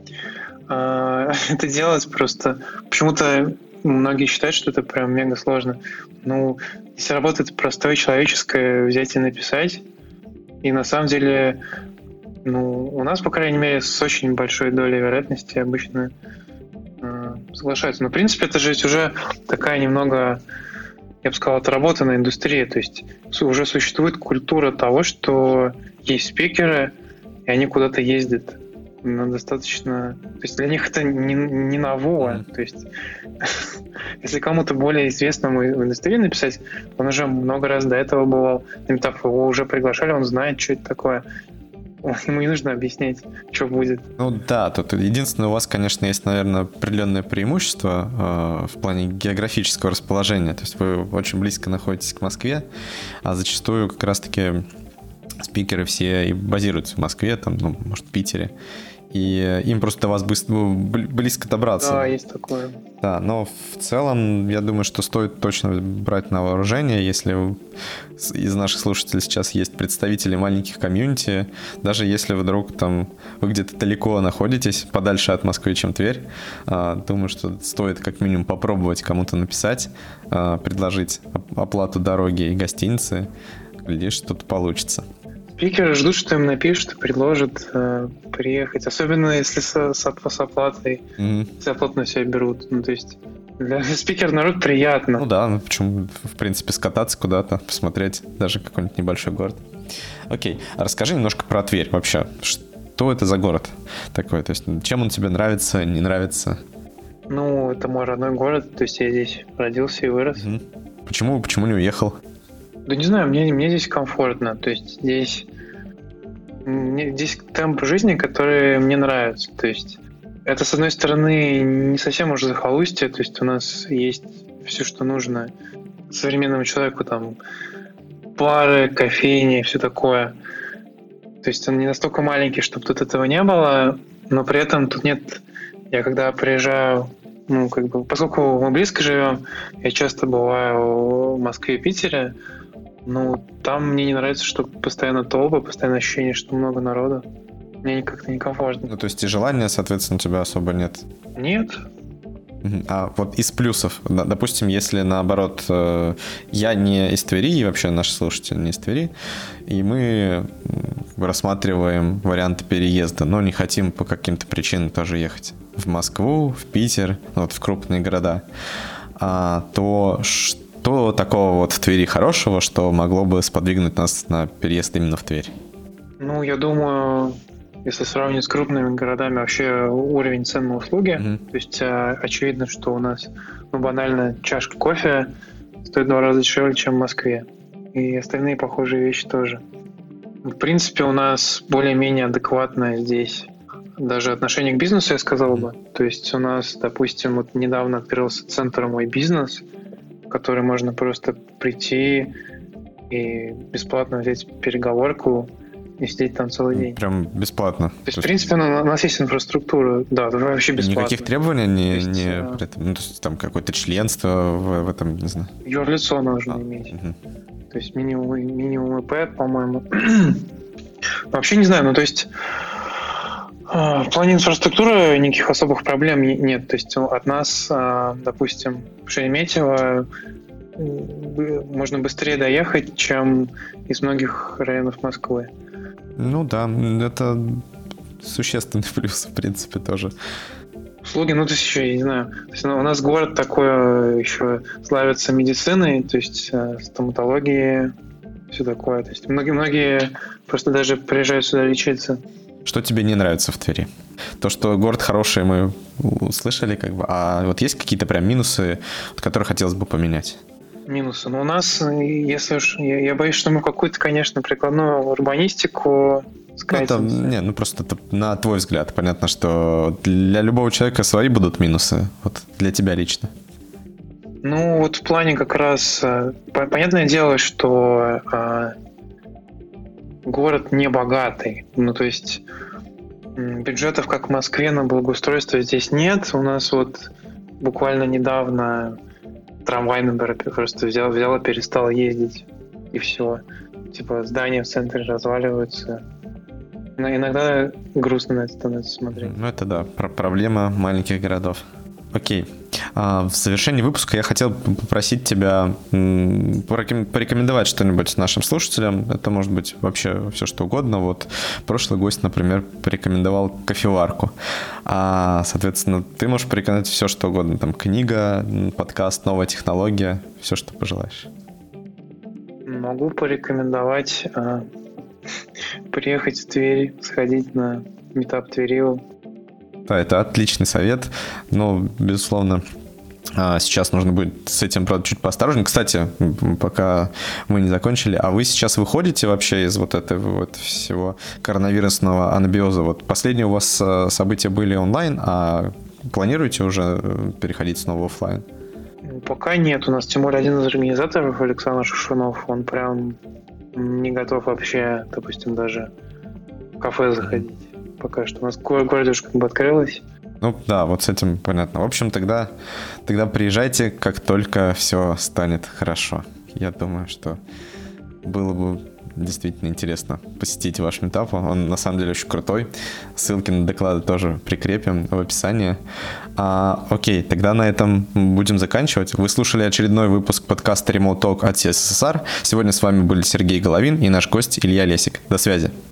Это делать просто... Почему-то многие считают, что это прям мега сложно. Ну, если работает простое человеческое, взять и написать, и на самом деле, ну, у нас, по крайней мере, с очень большой долей вероятности обычно э, соглашаются. Но, в принципе, это же уже такая немного, я бы сказал, отработанная индустрия. То есть уже существует культура того, что есть спикеры, и они куда-то ездят. Но достаточно... То есть для них это не, не ново. То есть если кому-то более известному в индустрии написать, он уже много раз до этого бывал на митап, его уже приглашали, он знает, что это такое. Ему не нужно объяснять, что будет. Ну да, тут единственное, у вас, конечно, есть, наверное, определенное преимущество э, в плане географического расположения. То есть вы очень близко находитесь к Москве, а зачастую как раз-таки спикеры все и базируются в Москве, там, ну, может, в Питере. И им просто до вас быстро, близко добраться. Да, есть такое. Да, но в целом, я думаю, что стоит точно брать на вооружение, если из наших слушателей сейчас есть представители маленьких комьюнити, даже если вдруг там вы где-то далеко находитесь, подальше от Москвы, чем Тверь, думаю, что стоит как минимум попробовать кому-то написать, предложить оплату дороги и гостиницы, глядишь, что-то получится. Спикеры ждут, что им напишут и предложат э, приехать. Особенно если с, с, с оплатой. Mm-hmm. С оплатой на себя берут. Ну, то есть для спикера народ приятно. Ну да, ну почему, в принципе, скататься куда-то, посмотреть даже какой-нибудь небольшой город. Окей, а расскажи немножко про Тверь вообще. Что это за город такой? То есть чем он тебе нравится, не нравится? Ну, это мой родной город, то есть я здесь родился и вырос. Мгм. Почему, почему не уехал? Да не знаю, мне, мне здесь комфортно, то есть здесь, мне, здесь темп жизни, который мне нравится, то есть это, с одной стороны, не совсем уже захолустье, то есть у нас есть все, что нужно современному человеку, там, бары, кофейни, все такое. То есть он не настолько маленький, чтобы тут этого не было, но при этом тут нет... Я когда приезжаю, ну, как бы, поскольку мы близко живем, я часто бываю в Москве и Питере, ну, там мне не нравится, что постоянно толпы, постоянно ощущение, что много народу. Мне как-то некомфортно. Ну, то есть и желания, соответственно, у тебя особо нет. Нет. Мгм. А вот из плюсов, да, допустим, если наоборот, э, я не из Твери, и вообще наши слушатели не из Твери, и мы м, как бы рассматриваем варианты переезда, но не хотим по каким-то причинам тоже ехать в Москву, в Питер, ну, вот в крупные города, а, то что такого вот в Твери хорошего, что могло бы сподвигнуть нас на переезд именно в Тверь? Ну, я думаю, если сравнивать с крупными городами, вообще уровень цен на услуги. Мгм. То есть а, очевидно, что у нас, ну, банально, чашка кофе стоит в два раза дешевле, чем в Москве. И остальные похожие вещи тоже. В принципе, у нас более-менее адекватное здесь даже отношение к бизнесу, я сказал бы. То есть у нас, допустим, вот недавно открылся центр «Мой бизнес», в который можно просто прийти и бесплатно взять переговорку и сидеть там целый день. Прям бесплатно. То есть, в принципе, ну, у нас есть инфраструктура, да, вообще бесплатно. Никаких требований не, То есть, не э, при этом, ну, то есть там какое-то членство в, в этом, не знаю. Юрлицо нужно А, иметь. мгм. То есть минимум, минимум ИП, по-моему. Вообще не знаю, ну то есть э, в плане инфраструктуры никаких особых проблем не- нет. То есть от нас, э, допустим, в Шереметьево м, бы- можно быстрее доехать, чем из многих районов Москвы. Ну да, это существенный плюс, в принципе, тоже. Услуги, ну, то есть еще, я не знаю, то есть, ну, у нас город такой э, еще славится медициной, то есть э, стоматологией, все такое. То есть многие-многие просто даже приезжают сюда лечиться. Что тебе не нравится в Твери? То, что город хороший, мы услышали, как бы, а вот есть какие-то прям минусы, которые хотелось бы поменять? Минусы. Но у нас, э, если уж, я, я боюсь, что мы в какую-то, конечно, прикладную урбанистику Ну, это, скатимся. не, ну просто это на твой взгляд. Понятно, что для любого человека свои будут минусы. Вот для тебя лично. Ну, вот в плане как раз, э, по- понятное дело, что э, город не богатый. Ну, то есть м, бюджетов, как в Москве, на благоустройство здесь нет. У нас вот буквально недавно трамвай, например, просто взял, взял и перестал ездить. И все. Типа здания в центре разваливаются. Но иногда грустно на это становится смотреть. Ну, это да, про- проблема маленьких городов. Окей. А, в завершении выпуска я хотел п- попросить тебя м, пореком- порекомендовать что-нибудь нашим слушателям. Это может быть вообще все что угодно. Вот прошлый гость, например, порекомендовал кофеварку. А, соответственно, ты можешь порекомендовать все что угодно. Там книга, м, подкаст, новая технология, все, что пожелаешь. Могу порекомендовать э, приехать в Тверь, сходить на метап Тверью. Да, это отличный совет. Но, безусловно, а, сейчас нужно будет с этим, правда, чуть поосторожнее. Кстати, м, пока мы не закончили, а вы сейчас выходите вообще из вот этого вот всего коронавирусного анабиоза? Вот последние у вас а, события были онлайн, а планируете уже э, переходить снова в офлайн? Пока нет. У нас тем более один из организаторов, Александр Шушунов, он прям не готов вообще, допустим, даже в кафе заходить. Пока что у нас го- городе уже как бы открылось. Ну да, вот с этим понятно. В общем, тогда, тогда приезжайте, как только все станет хорошо. Я думаю, что было бы действительно интересно посетить ваш митап. Он на самом деле очень крутой. Ссылки на доклады тоже прикрепим в описании. А, окей, тогда на этом будем заканчивать. Вы слушали очередной выпуск подкаста Remote Talk от си эс эс ар. Сегодня с вами были Сергей Головин и наш гость Илья Лесик. До связи.